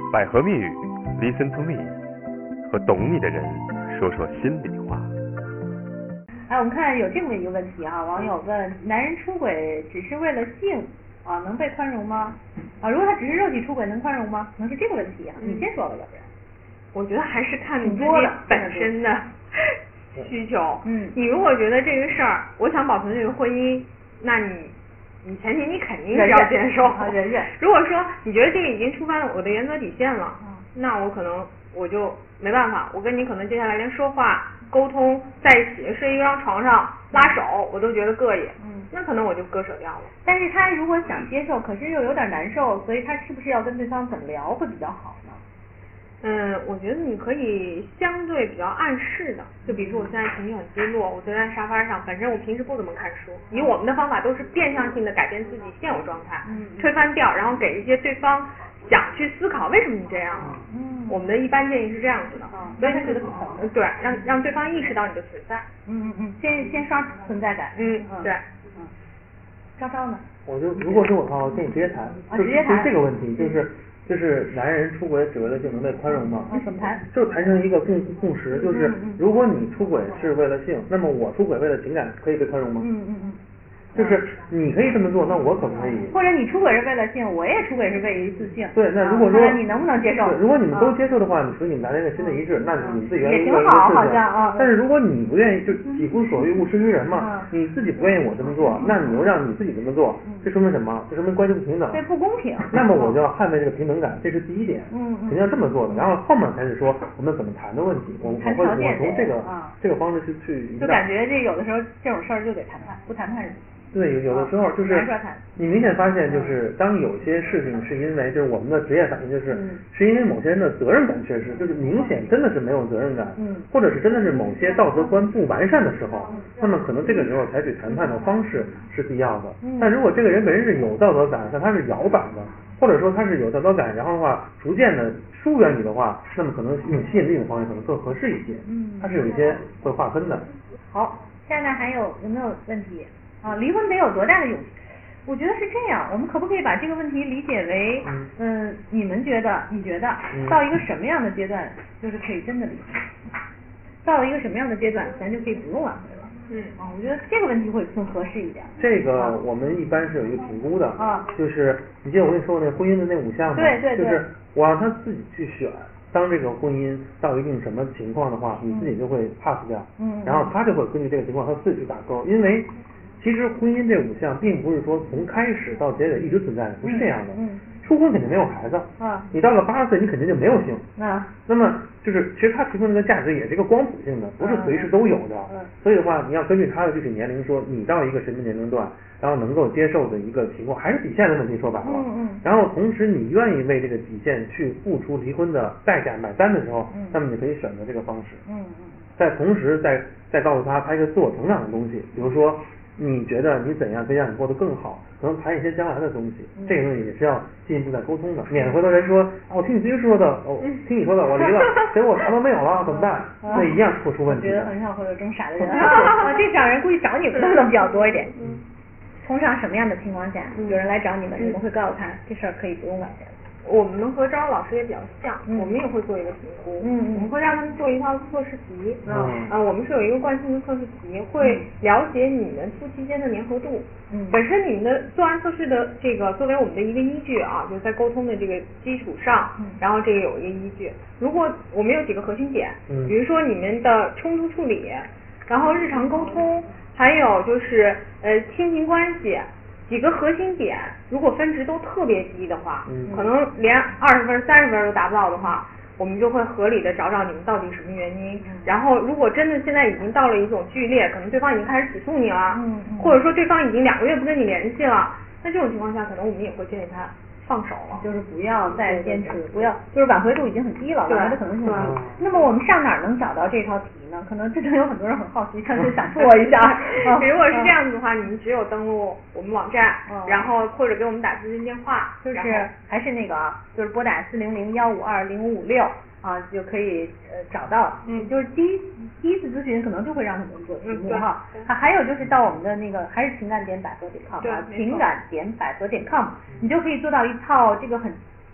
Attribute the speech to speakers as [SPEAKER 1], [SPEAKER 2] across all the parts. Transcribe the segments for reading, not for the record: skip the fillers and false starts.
[SPEAKER 1] 百合蜜语 Listen to me， 和懂你的人说说心里话。
[SPEAKER 2] 哎，我们看有这么一个问题啊，网友问：男人出轨只是为了性啊，能被宽容吗？啊，如果他只是肉体出轨，能宽容吗？可能是这个问题啊。你先说吧，要不然。
[SPEAKER 3] 我觉得还是看你自己本身的需求。你如果觉得这个事儿，我想保存这个婚姻，那你前提你肯定是要接受。
[SPEAKER 2] 忍。
[SPEAKER 3] 如果说你觉得这个已经触犯了我的原则底线了，那我可能我就没办法，我跟你可能接下来连说话、沟通、在一起睡一张床上、拉手，我都觉得膈应。那可能我就割舍掉了。
[SPEAKER 2] 但是他如果想接受，可是又有点难受，所以他是不是要跟对方怎么聊会比较好呢？
[SPEAKER 3] 我觉得你可以相对比较暗示的，就比如说我现在情绪很低落，我坐在沙发上，反正我平时不怎么看书，以我们的方法都是变相性的改变自己现有状态，推翻掉，然后给一些对方想去思考为什么你这样了。我们的一般建议是这样子的，
[SPEAKER 2] 所以他觉得不同。
[SPEAKER 3] 对，让对方意识到你的存在。
[SPEAKER 2] 先刷存在感。
[SPEAKER 3] 对。
[SPEAKER 2] 昭昭呢？
[SPEAKER 4] 我就如果是我的话，我建议直接谈。
[SPEAKER 2] 直接谈。
[SPEAKER 4] 这个问题就是男人出轨只为了性能被宽容吗？
[SPEAKER 2] 怎么谈？
[SPEAKER 4] 就谈成一个共识，就是如果你出轨是为了性，那么我出轨为了情感，可以被宽容吗？就是你可以这么做，那我可不可以？
[SPEAKER 2] 或者你出轨是为了性，我也出轨是为一次性。
[SPEAKER 4] 对，那如果说
[SPEAKER 2] 你能不能接受？
[SPEAKER 4] 如果你们都接受的话，你说你们达成一个新的一致，那你们自己愿意
[SPEAKER 2] 也挺好，好像啊。
[SPEAKER 4] 但是如果你不愿意，就己不所欲勿施于人嘛，你自己不愿意我这么做，那你又让你自己这么做，这说明什么？这说明关系不平等。
[SPEAKER 2] 对，不公平。
[SPEAKER 4] 那么我就要捍卫这个平等感，这是第一点。肯定要这么做的。然后后面才是说我们怎么谈的问题。我
[SPEAKER 2] 谈条件。
[SPEAKER 4] 从这个方式去。
[SPEAKER 2] 就感觉这有的时候这种事儿就得谈判，不谈判是。
[SPEAKER 4] 对，有的时候就是你明显发现，就是当有些事情是因为就是我们的职业反应是因为某些人的责任感缺失，就是明显真的是没有责任感，或者是真的是某些道德观不完善的时候，那么可能这个时候采取谈判的方式是必要的。但如果这个人本身是有道德感，但他是摇摆的，或者说他是有道德感，然后的话逐渐的疏远你的话，那么可能用吸引力的方式可能更合适一些。它是有一些会划分的。
[SPEAKER 2] 好，现在还有没有问题？离婚得有多大的勇气？我觉得是这样，我们可不可以把这个问题理解为，你觉得到一个什么样的阶段就是可以真的离婚？到了一个什么样的阶段，咱就可以不用挽回了？我觉得这个问题会更合适一点。
[SPEAKER 4] 这个我们一般是有一个评估的，就是你记得我跟你说过那婚姻的那5项吗？
[SPEAKER 2] 对，
[SPEAKER 4] 就是我让他自己去选。当这个婚姻到一定什么情况的话，你自己就会 pass 掉，然后他就会根据这个情况他自己去打勾，因为其实婚姻这5项并不是说从开始到结尾一直存在的，不是这样的。初婚肯定没有孩子，你到了80岁你肯定就没有性。那么就是其实他提供的价值也是一个光谱性的，不是随时都有的。所以的话，你要根据他的具体年龄说，你到一个什么年龄段，然后能够接受的一个情况，还是底线的问题，说白了。然后同时你愿意为这个底线去付出离婚的代价买单的时候，那么你可以选择这个方式。在同时再告诉他一个自我成长的东西，比如说你觉得你怎样可以让你过得更好，可能谈一些将来的东西，这个东西也是要进一步再沟通的，免得回头人说我听你自己说的，听你说的我离了，结果我啥都没有了，怎么办？那一样会出问题。
[SPEAKER 2] 我觉得很少会有这么傻的人，这种人估计找你们的比较多一点。通常什么样的情况下，有人来找你们，你们会告诉他这事儿可以不用挽回了？
[SPEAKER 3] 我们和张老师也比较像，我们也会做一个评估，我们会让他们做一套测试题，我们是有一个惯性的测试题，会了解你们夫妻间的粘合度。本身你们的做完测试的这个作为我们的一个依据啊，就是在沟通的这个基础上，然后这个有一个依据。如果我们有几个核心点，比如说你们的冲突处理，然后日常沟通，还有就是亲情关系。几个核心点，如果分值都特别低的话，可能连20分、30分都达不到的话，我们就会合理的找你们到底什么原因。然后，如果真的现在已经到了一种剧烈，可能对方已经开始起诉你了，或者说对方已经2个月不跟你联系了，那这种情况下，可能我们也会建议他放手了，
[SPEAKER 2] 就是不要再坚持，不要，就是挽回度已经很低了，挽回的可能性很低。那么我们上哪儿能找到这套题呢？可能真的有很多人很好奇，他就想做一下。
[SPEAKER 3] 如果是这样子的话，你们只有登录我们网站，然后或者给我们打咨询电话，
[SPEAKER 2] 就是还是那个就是拨打400-152-0556。就可以找到，就是第一次咨询可能就会让他们做题目哈。还有就是到我们的那个还是情感点百合.com 情感点百合.com，你就可以做到一套这个很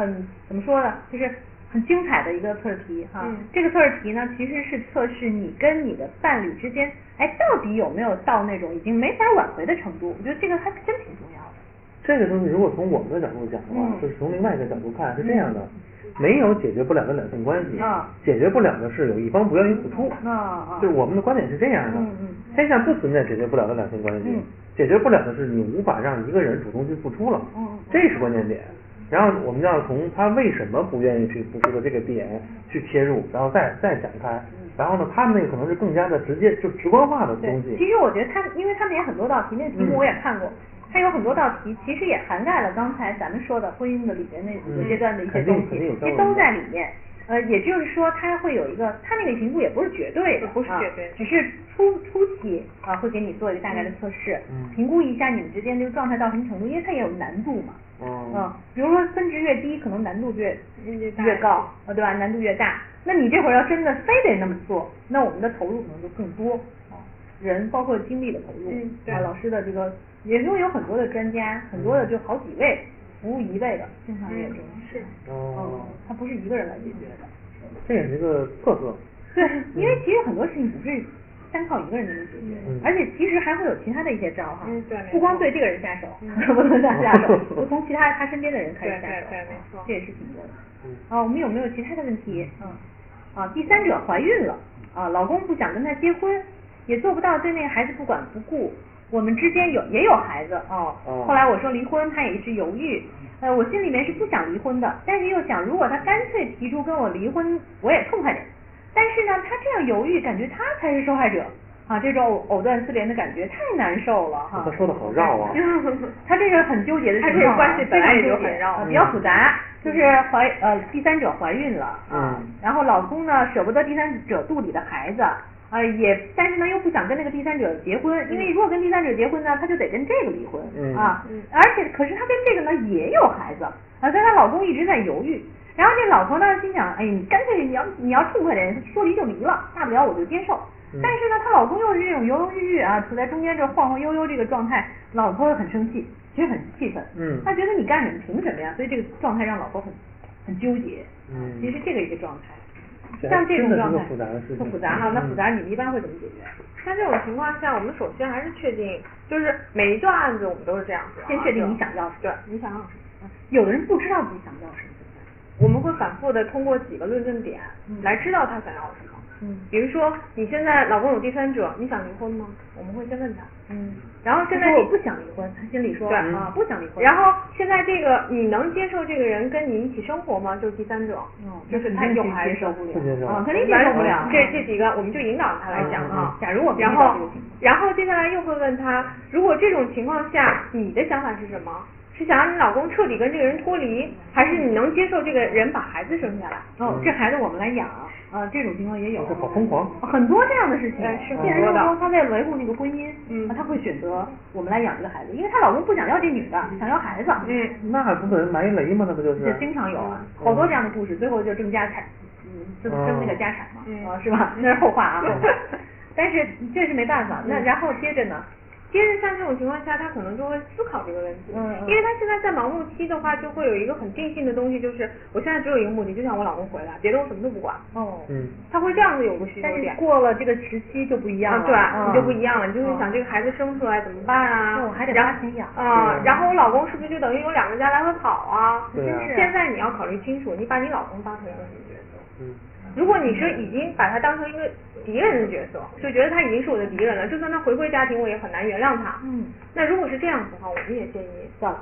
[SPEAKER 2] 怎么说呢，就是很精彩的一个测试题哈。这个测试题呢，其实是测试你跟你的伴侣之间，到底有没有到那种已经没法挽回的程度。我觉得这个还真挺重要的。
[SPEAKER 4] 这个东西如果从我们的角度讲的话，就是从另外一个角度看是这样的，没有解决不了的两性关系，解决不了的是有一方不愿意付出。就是我们的观点是这样的，天下不存在解决不了的两性关系，解决不了的是你无法让一个人主动去付出了，这是关键点。然后我们要从他为什么不愿意去付出的这个点去切入，然后再展开。然后呢，他们那个可能是更加的直接，就直观化的东西。
[SPEAKER 2] 其实我觉得因为他们也很多道题，那个题目我也看过。它有很多道题，其实也涵盖了刚才咱们说的婚姻的里面那几个阶段的一些东西，这都在里面。也就是说，它会有一个，它那个评估也不是绝对的，
[SPEAKER 3] 不是绝对，
[SPEAKER 2] 只是初期会给你做一个大概的测试，评估一下你们之间这个状态到什么程度，因为它也有难度嘛。比如说分值越低，可能难度越高，对吧？难度越大。那你这会儿要真的非得那么做，那我们的投入可能就更多人包括精力的投入老师的这个，也就有很多的专家，很多的就好几位服务一位的，经常也是他不是一个人来解决的，
[SPEAKER 4] 这也是一个特色。
[SPEAKER 2] 对，因为其实很多事情不是单靠一个人就能解决，而且其实还会有其他的一些招哈，不光对这个人下手，不能下手，就从其他他身边的人开始下手，
[SPEAKER 3] 对，没错，
[SPEAKER 2] 这也是挺多的。我们有没有其他的问题？第三者怀孕了老公不想跟她结婚，也做不到对那个孩子不管不顾，我们之间也有孩子后来我说离婚，他也一直犹豫，我心里面是不想离婚的，但是又想如果他干脆提出跟我离婚，我也痛快点。但是呢，他这样犹豫，感觉他才是受害者这种藕断丝连的感觉太难受了
[SPEAKER 4] 他说的好绕啊。
[SPEAKER 2] 他这个很纠结的情况，
[SPEAKER 3] 他这个关系本来也就很绕，
[SPEAKER 2] 比较复杂。就是第三者怀孕了然后老公呢舍不得第三者肚里的孩子但是呢又不想跟那个第三者结婚，因为如果跟第三者结婚呢，他就得跟这个离婚而且可是他跟这个呢也有孩子所以她老公一直在犹豫。然后这老婆呢心想，你干脆你要痛快点，说离就离了，大不了我就接受。但是呢，她老公又是这种犹犹豫豫处在中间这晃晃悠悠这个状态，老婆很生气，其实很气愤。她觉得你干什么，凭什么呀？所以这个状态让老婆很纠结。其实这个一个状态，像这种状态特复杂那复杂你们一般会怎么解决？
[SPEAKER 3] 像这种情况下，我们首先还是确定，就是每一段案子我们都是这样子，
[SPEAKER 2] 先确定你想要什么。
[SPEAKER 3] 对，你想要什么？
[SPEAKER 2] 有的人不知道自己想要什么。
[SPEAKER 3] 我们会反复的通过几个论证点来知道他想要什么。比如说你现在老公有第三者，你想离婚吗？我们会先问他。然后现在
[SPEAKER 2] 我不想离婚，他心里说
[SPEAKER 3] 对
[SPEAKER 2] 不想离婚。
[SPEAKER 3] 然后现在这个你能接受这个人跟你一起生活吗？就是第三者，就是他有孩子
[SPEAKER 2] 接受不
[SPEAKER 3] 了，
[SPEAKER 2] 肯定接受不了。
[SPEAKER 3] 这几个我们就引导他来讲
[SPEAKER 2] 假如我
[SPEAKER 3] 然后接下来又会问他，如果这种情况下你的想法是什么？是想让你老公彻底跟这个人脱离，还是你能接受这个人把孩子生下来？
[SPEAKER 2] 这孩子我们来养这种情况也有。
[SPEAKER 4] 好疯狂，
[SPEAKER 2] 很多这样的事情。
[SPEAKER 3] 是
[SPEAKER 2] 现实生活中，他为了维护那个婚姻，他会选择我们来养这个孩子，因为她老公不想要这女的，想要孩子。
[SPEAKER 4] 那不是埋一雷吗？那不就是？
[SPEAKER 2] 这经常有好多这样的故事，最后就争家产，争那个家产嘛，是吧？那是后话后话。但是这是没办法，那然后接着呢？
[SPEAKER 3] 接着像这种情况下，他可能就会思考这个问题，因为他现在在盲目期的话，就会有一个很定性的东西，就是我现在只有一个目的，就想我老公回来，别的我什么都不管。他会这样子有个需求点。
[SPEAKER 2] 但是过了这个时期就不一样了，
[SPEAKER 3] 对，你就不一样了，你就会想这个孩子生出来怎么办啊？
[SPEAKER 2] 我还得花钱养
[SPEAKER 3] 然后我老公是不是就等于有两个家来回跑啊？
[SPEAKER 4] 对啊。
[SPEAKER 3] 现在你要考虑清楚，你把你老公当成一个什么角色？如果你是已经把他当成一个敌人的角色，就觉得他已经是我的敌人了，就算他回归家庭，我也很难原谅他。那如果是这样子的话，我们也建议
[SPEAKER 2] 算了，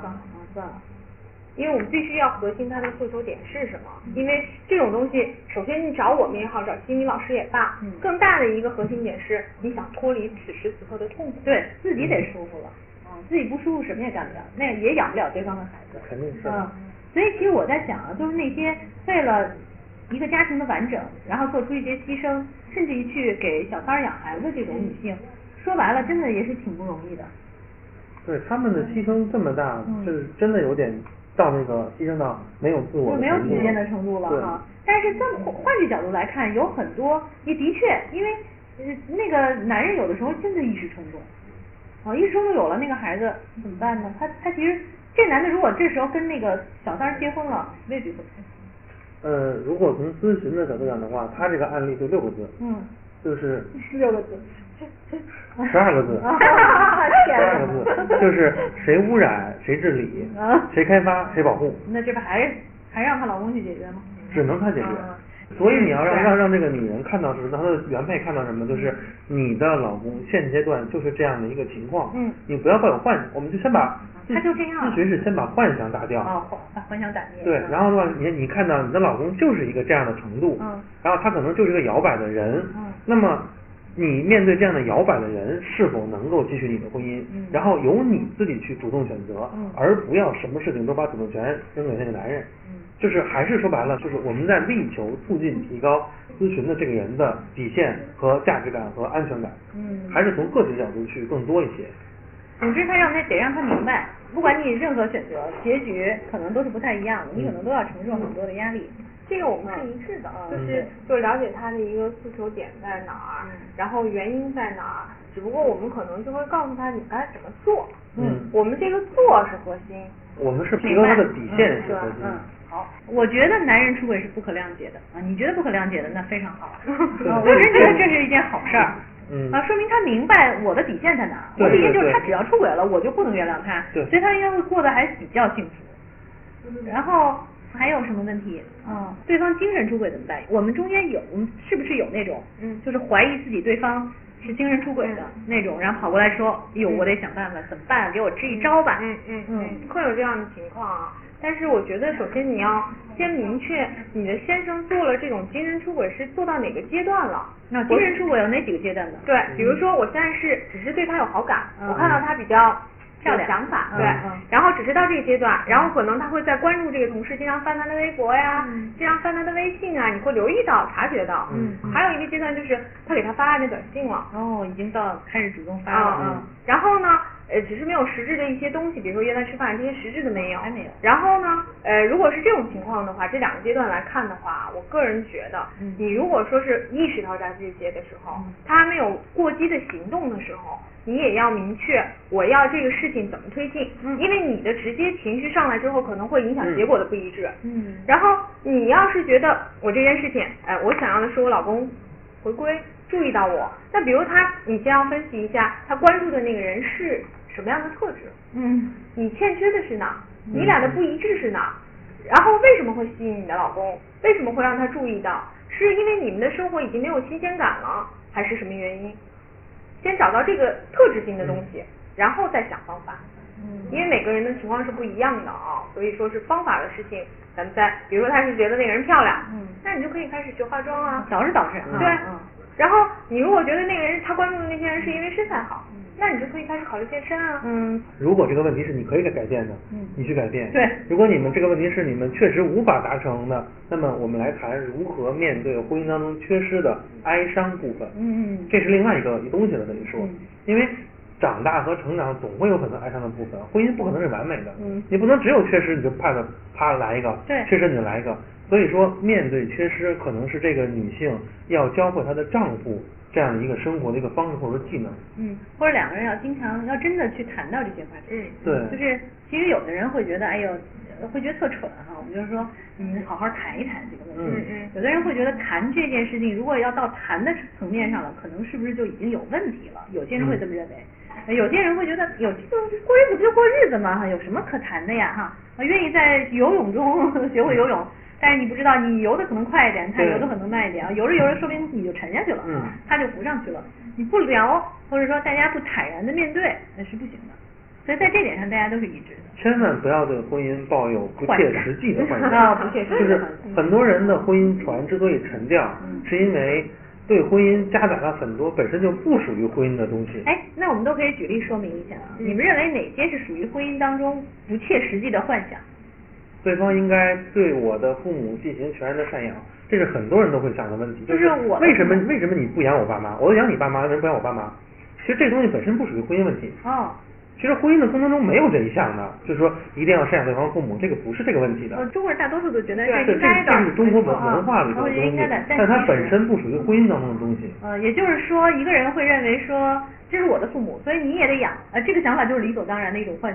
[SPEAKER 3] 因为我们必须要核心他的诉求点是什么。因为这种东西，首先你找我们也好，找心理老师也罢，更大的一个核心点是你想脱离此时此刻的痛苦，
[SPEAKER 2] 对自己得舒服了，自己不舒服什么也干不了，那也养不了对方的孩子。
[SPEAKER 4] 肯定是。
[SPEAKER 2] 所以其实我在想就是那些为了一个家庭的完整，然后做出一些牺牲，甚至于去给小三养孩子这种女性，说白了真的也是挺不容易的。
[SPEAKER 4] 对，他们的牺牲这么大，就是真的有点到那个牺牲到没有自我
[SPEAKER 2] 没有底线的程度了但是换句角度来看，有很多也的确，因为那个男人有的时候真的一时冲动，一时冲动有了那个孩子怎么办呢？他其实这男的如果这时候跟那个小三结婚了，未必会开。
[SPEAKER 4] 如果从咨询的角度讲的话，他这个案例就6个字，就是
[SPEAKER 3] 6个字
[SPEAKER 4] ，12个字，12个字，就是谁污染谁治理，谁开发谁保护。
[SPEAKER 2] 那这不还让她老公去解决吗？
[SPEAKER 4] 只能她解决。所以你要让这个女人看到是，让她的原配看到什么，就是你的老公现阶段就是这样的一个情况，你不要抱有幻想，我们就先把
[SPEAKER 2] 他就这样，
[SPEAKER 4] 咨询是先把幻想打掉，
[SPEAKER 2] 把幻想打灭。
[SPEAKER 4] 对，然后的话，你看到你的老公就是一个这样的程度，然后他可能就是个摇摆的人，那么你面对这样的摇摆的人，是否能够继续你的婚姻？然后由你自己去主动选择，而不要什么事情都把主动权扔给那个男人。就是还是说白了，就是我们在力求促进提高咨询的这个人的底线和价值感和安全感。还是从个体角度去更多一些。
[SPEAKER 2] 总之，得让他明白，不管你任何选择，结局可能都是不太一样的，你可能都要承受很多的压力。
[SPEAKER 3] 这个我们是一致的，就了解他的一个诉求点在哪儿，然后原因在哪儿，只不过我们可能就会告诉他你该怎么做。我们这个做是核心，
[SPEAKER 4] 我们是提高他的底线是核心。
[SPEAKER 2] 好，我觉得男人出轨是不可谅解的啊，你觉得不可谅解的那非常好，我真觉得这是一件好事儿。说明他明白我的底线在哪儿。我底线就是他只要出轨了，我就不能原谅他，所以他应该会过得还比较幸福。然后还有什么问题？对方精神出轨怎么办？我们中间是不是有那种，就是怀疑自己对方是精神出轨的那种，然后跑过来说，哟，我得想办法，怎么办？给我支一招吧。
[SPEAKER 3] 会有这样的情况啊。但是我觉得，首先你要先明确你的先生做了这种精神出轨是做到哪个阶段了。
[SPEAKER 2] 那精神出轨有哪几个阶段呢？
[SPEAKER 3] 对，比如说我现在只是对他有好感，我看到他比较
[SPEAKER 2] 漂亮
[SPEAKER 3] 想法，对，然后只是到这个阶段，然后可能他会在关注这个同事，经常翻他的微博呀，经常翻他的微信啊，你会留意到、察觉到。还有一个阶段就是他给他发爱的短信了，
[SPEAKER 2] 已经到开始主动发了。
[SPEAKER 3] 然后呢，只是没有实质的一些东西，比如说约他吃饭，这些实质的没有，
[SPEAKER 2] 还没有。
[SPEAKER 3] 然后呢，如果是这种情况的话，这2个阶段来看的话，我个人觉得，你如果说是意识到这些的时候，他还没有过激的行动的时候，你也要明确我要这个事情怎么推进，因为你的直接情绪上来之后，可能会影响结果的不一致。然后你要是觉得我这件事情，我想要的是我老公回归，注意到我，那比如你先要分析一下他关注的那个人是什么样的特质，你欠缺的是哪，你俩的不一致是哪，然后为什么会吸引你的老公，为什么会让他注意到，是因为你们的生活已经没有新鲜感了，还是什么原因？先找到这个特质性的东西，然后再想方法。因为每个人的情况是不一样的啊，所以说是方法的事情，咱们比如说他是觉得那个人漂亮，那你就可以开始学化妆啊，
[SPEAKER 2] 捯饬。
[SPEAKER 3] 对，然后你如果觉得那个人他关注的那些人是因为身材好，那你就可以开始考虑健身啊。
[SPEAKER 4] 如果这个问题是你可以改变的，你去改变。
[SPEAKER 2] 对。
[SPEAKER 4] 如果你们这个问题是你们确实无法达成的，那么我们来谈如何面对婚姻当中缺失的哀伤部分。这是另外一个东西了，等于说，因为长大和成长总会有很多哀伤的部分，婚姻不可能是完美的，你不能只有缺失你就啪来一个，缺失你就来一个。所以说，面对缺失，可能是这个女性要教会她的丈夫这样的一个生活的一个方式或者技能。
[SPEAKER 2] 或者2个人要经常要真的去谈到这些话题。
[SPEAKER 4] 对。
[SPEAKER 2] 就是其实有的人会觉得，会觉得特蠢哈。我们就是说，好好谈一谈这个问题。有的人会觉得谈这件事情，如果要到谈的层面上了，可能是不是就已经有问题了？有些人会这么认为。有些人会觉得，有这个过日子不就过日子吗？有什么可谈的呀？哈，愿意在游泳中学会游泳。但是你不知道，你游的可能快一点，他游的可能慢一点啊，游着游着说不定你就沉下去了，他就浮上去了。你不聊，或者说大家不坦然的面对，那是不行的。所以在这点上，大家都是一致的。
[SPEAKER 4] 千万不要对婚姻抱有不切实际的幻想。
[SPEAKER 2] 不切实际的幻想。
[SPEAKER 4] 就是很多人的婚姻船之所以沉掉，是因为对婚姻加载了很多本身就不属于婚姻的东西。
[SPEAKER 2] 那我们都可以举例说明一下啊。你们认为哪些是属于婚姻当中不切实际的幻想？
[SPEAKER 4] 对方应该对我的父母进行全然的赡养，这是很多人都会想的问题。
[SPEAKER 2] 就是我
[SPEAKER 4] 为什么你不养我爸妈？我都养你爸妈，为什么不养我爸妈？其实这个东西本身不属于婚姻问题。其实婚姻的过程中没有这一项的，就是说一定要赡养对方父母，这个不是这个问题的。
[SPEAKER 2] 中国人大多数都觉得这
[SPEAKER 4] 是应该的，这是中国文化里的东西，但它本身不属于婚姻当中的东西。
[SPEAKER 2] 也就是说，一个人会认为说这是我的父母，所以你也得养，这个想法就是理所当然的一种幻想。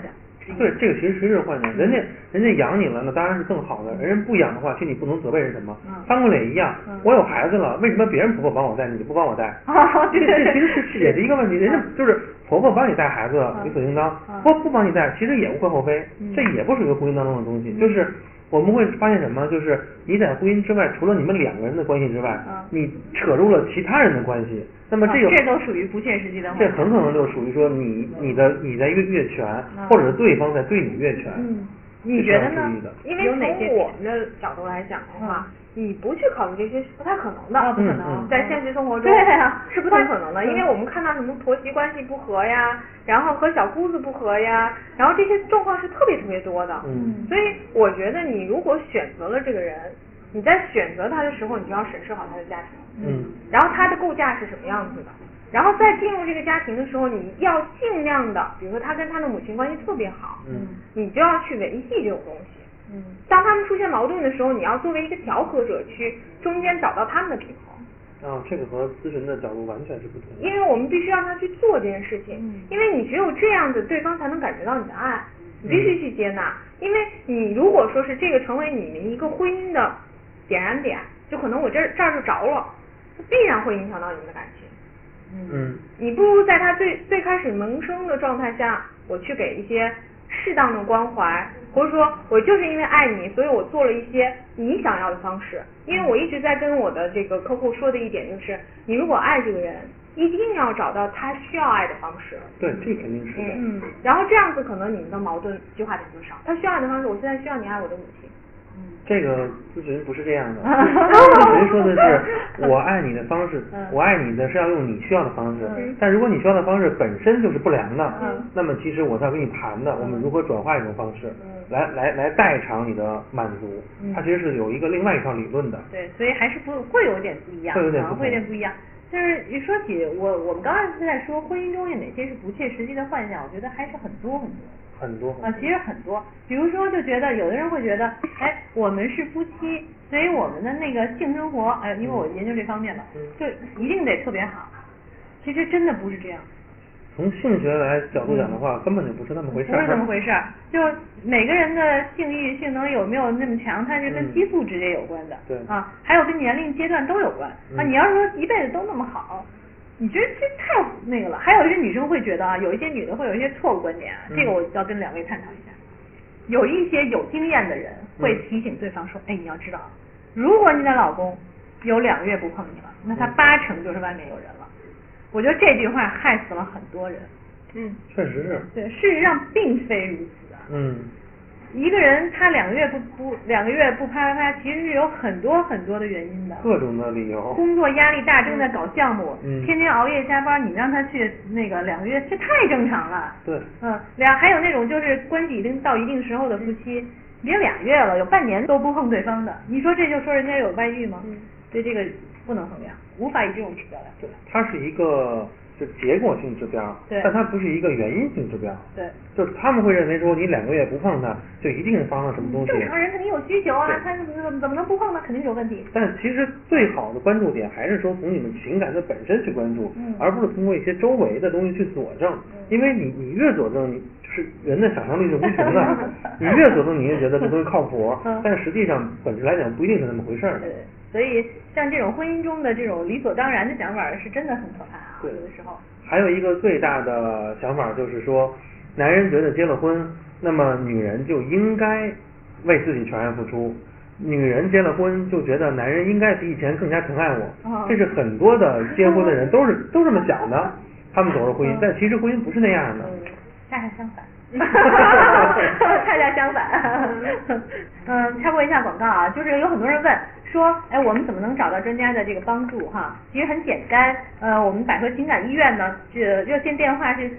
[SPEAKER 4] 对，这个其实是幻想，人家养你了，那当然是更好的。人不养的话，其实你不能责备是什么？翻过来也一样，我有孩子了，为什么别人婆婆帮我带，你就不帮我带？这其实是也是一个问题，人家就是婆婆帮你带孩子，理所应当，不帮你带，其实也无可厚非，这也不属于婚姻当中的东西，就是。我们会发现什么？就是你在婚姻之外，除了你们两个人的关系之外，你扯入了其他人的关系，那么
[SPEAKER 2] 这都属于不切实际的。
[SPEAKER 4] 这很可能就属于说你在越权，或者是对方在对你越权。
[SPEAKER 2] 你觉得呢？
[SPEAKER 3] 因为从我们的角度来讲的话，你不去考虑这些是不太可能的，
[SPEAKER 2] 不可能，
[SPEAKER 3] 在现实生活中是不太可能的，因为我们看到什么婆媳关系不和呀，然后和小姑子不和呀，然后这些状况是特别特别多的。所以我觉得你如果选择了这个人，你在选择他的时候，你就要审视好他的家庭，然后他的构架是什么样子的。然后在进入这个家庭的时候，你要尽量的，比如说他跟他的母亲关系特别好，你就要去维系这种东西。当他们出现矛盾的时候，你要作为一个调和者去中间找到他们的平衡。
[SPEAKER 4] 这个和咨询的角度完全是不同的。
[SPEAKER 3] 因为我们必须让他去做这件事情，因为你只有这样子，对方才能感觉到你的爱，你必须去接纳。因为你如果说是这个成为你们一个婚姻的点燃点，就可能我这儿就着了，必然会影响到你们的感情。你不如在他最开始萌生的状态下，我去给一些适当的关怀，或者说我就是因为爱你，所以我做了一些你想要的方式。因为我一直在跟我的这个客户说的一点就是，你如果爱这个人，一定要找到他需要爱的方式。
[SPEAKER 4] 对，这肯定是的。
[SPEAKER 3] 然后这样子可能你们的矛盾激化点就少。他需要爱的方式，我现在需要你爱我的母亲。
[SPEAKER 4] 这个咨询不是这样的，咨询说的是我爱你的方式，我爱你的是要用你需要的方式，但如果你需要的方式本身就是不良的，那么其实我是要跟你谈的，我们如何转化这种方式，来代偿你的满足，它其实是有一个另外一套理论的。
[SPEAKER 2] 对，所以还是会有点不一样，会有点不一样。就是一说起我们刚才是在说婚姻中有哪些是不切实际的幻想，我觉得还是很多。其实很多，比如说就觉得有的人会觉得，我们是夫妻，所以我们的那个性生活，因为我研究这方面嘛，就一定得特别好。其实真的不是这样。
[SPEAKER 4] 从性学来角度讲的话，根本就不是那么回事。
[SPEAKER 2] 不是那么回事，就每个人的性欲、性能有没有那么强，它是跟激素直接有关的。
[SPEAKER 4] 对
[SPEAKER 2] 还有跟年龄阶段都有关。你要是说一辈子都那么好。你觉得这太那个了，还有一些女生会觉得有一些女的会有一些错误观点，这个我要跟两位探讨一下。有一些有经验的人会提醒对方说，你要知道，如果你的老公有2个月不碰你了，那他80%就是外面有人了。我觉得这句话害死了很多人。
[SPEAKER 4] 确实是。
[SPEAKER 2] 对，事实上并非如此。一个人他2个月不啪，其实是有很多很多的原因的，
[SPEAKER 4] 各种的理由。
[SPEAKER 2] 工作压力大，正在搞项目，天天熬夜加班，你让他去那个2个月，这太正常了。
[SPEAKER 4] 对。
[SPEAKER 2] 还有那种就是关系已经到一定时候的夫妻，别2月了，有半年都不碰对方的，你说这就说人家有外遇吗？所以这个不能衡量，无法以这种指标来衡量。
[SPEAKER 4] 它是一个就结果性指标，但它不是一个原因性指标。
[SPEAKER 2] 对，
[SPEAKER 4] 就是他们会认为说你2个月不碰它，就一定是发生了什么东西。
[SPEAKER 2] 正常人肯定有需求啊，他怎么能不碰呢？肯定有问题。
[SPEAKER 4] 但其实最好的关注点还是说从你们情感的本身去关注，而不是通过一些周围的东西去佐证。因为你越佐证，你就是人的想象力是无穷的，你越佐证你越觉得这东西靠谱，但实际上本质来讲不一定是那么回事儿。
[SPEAKER 2] 对，所以像这种婚姻中的这种理所当然的想法是真的很可怕啊。
[SPEAKER 4] 对，
[SPEAKER 2] 有的时候。
[SPEAKER 4] 还有一个最大的想法就是说，男人觉得结了婚，那么女人就应该为自己全然付出，女人结了婚就觉得男人应该比以前更加疼爱我。这是很多的结婚的人都这么想的，他们走入婚姻，但其实婚姻不是那样的。
[SPEAKER 2] 恰恰相反。恰恰相反。插播一下广告啊，就是有很多人问说，我们怎么能找到专家的这个帮助哈？其实很简单，我们百合情感医院呢，热线电话是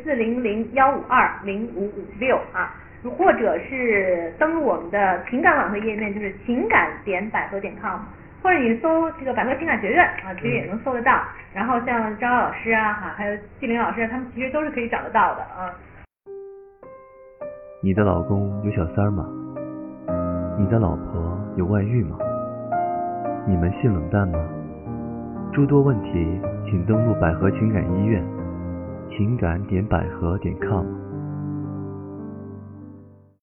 [SPEAKER 2] 400-152-0556啊，或者是登录我们的情感网络页面，就是情感.百合.com，或者你搜这个百合情感学院啊，其实也能搜得到。然后像张老师啊，还有纪灵老师，他们其实都是可以找得到的啊。
[SPEAKER 5] 你的老公有小三儿吗？你的老婆有外遇吗？你们性冷淡吗？诸多问题请登录百合情感医院，情感.百合.com。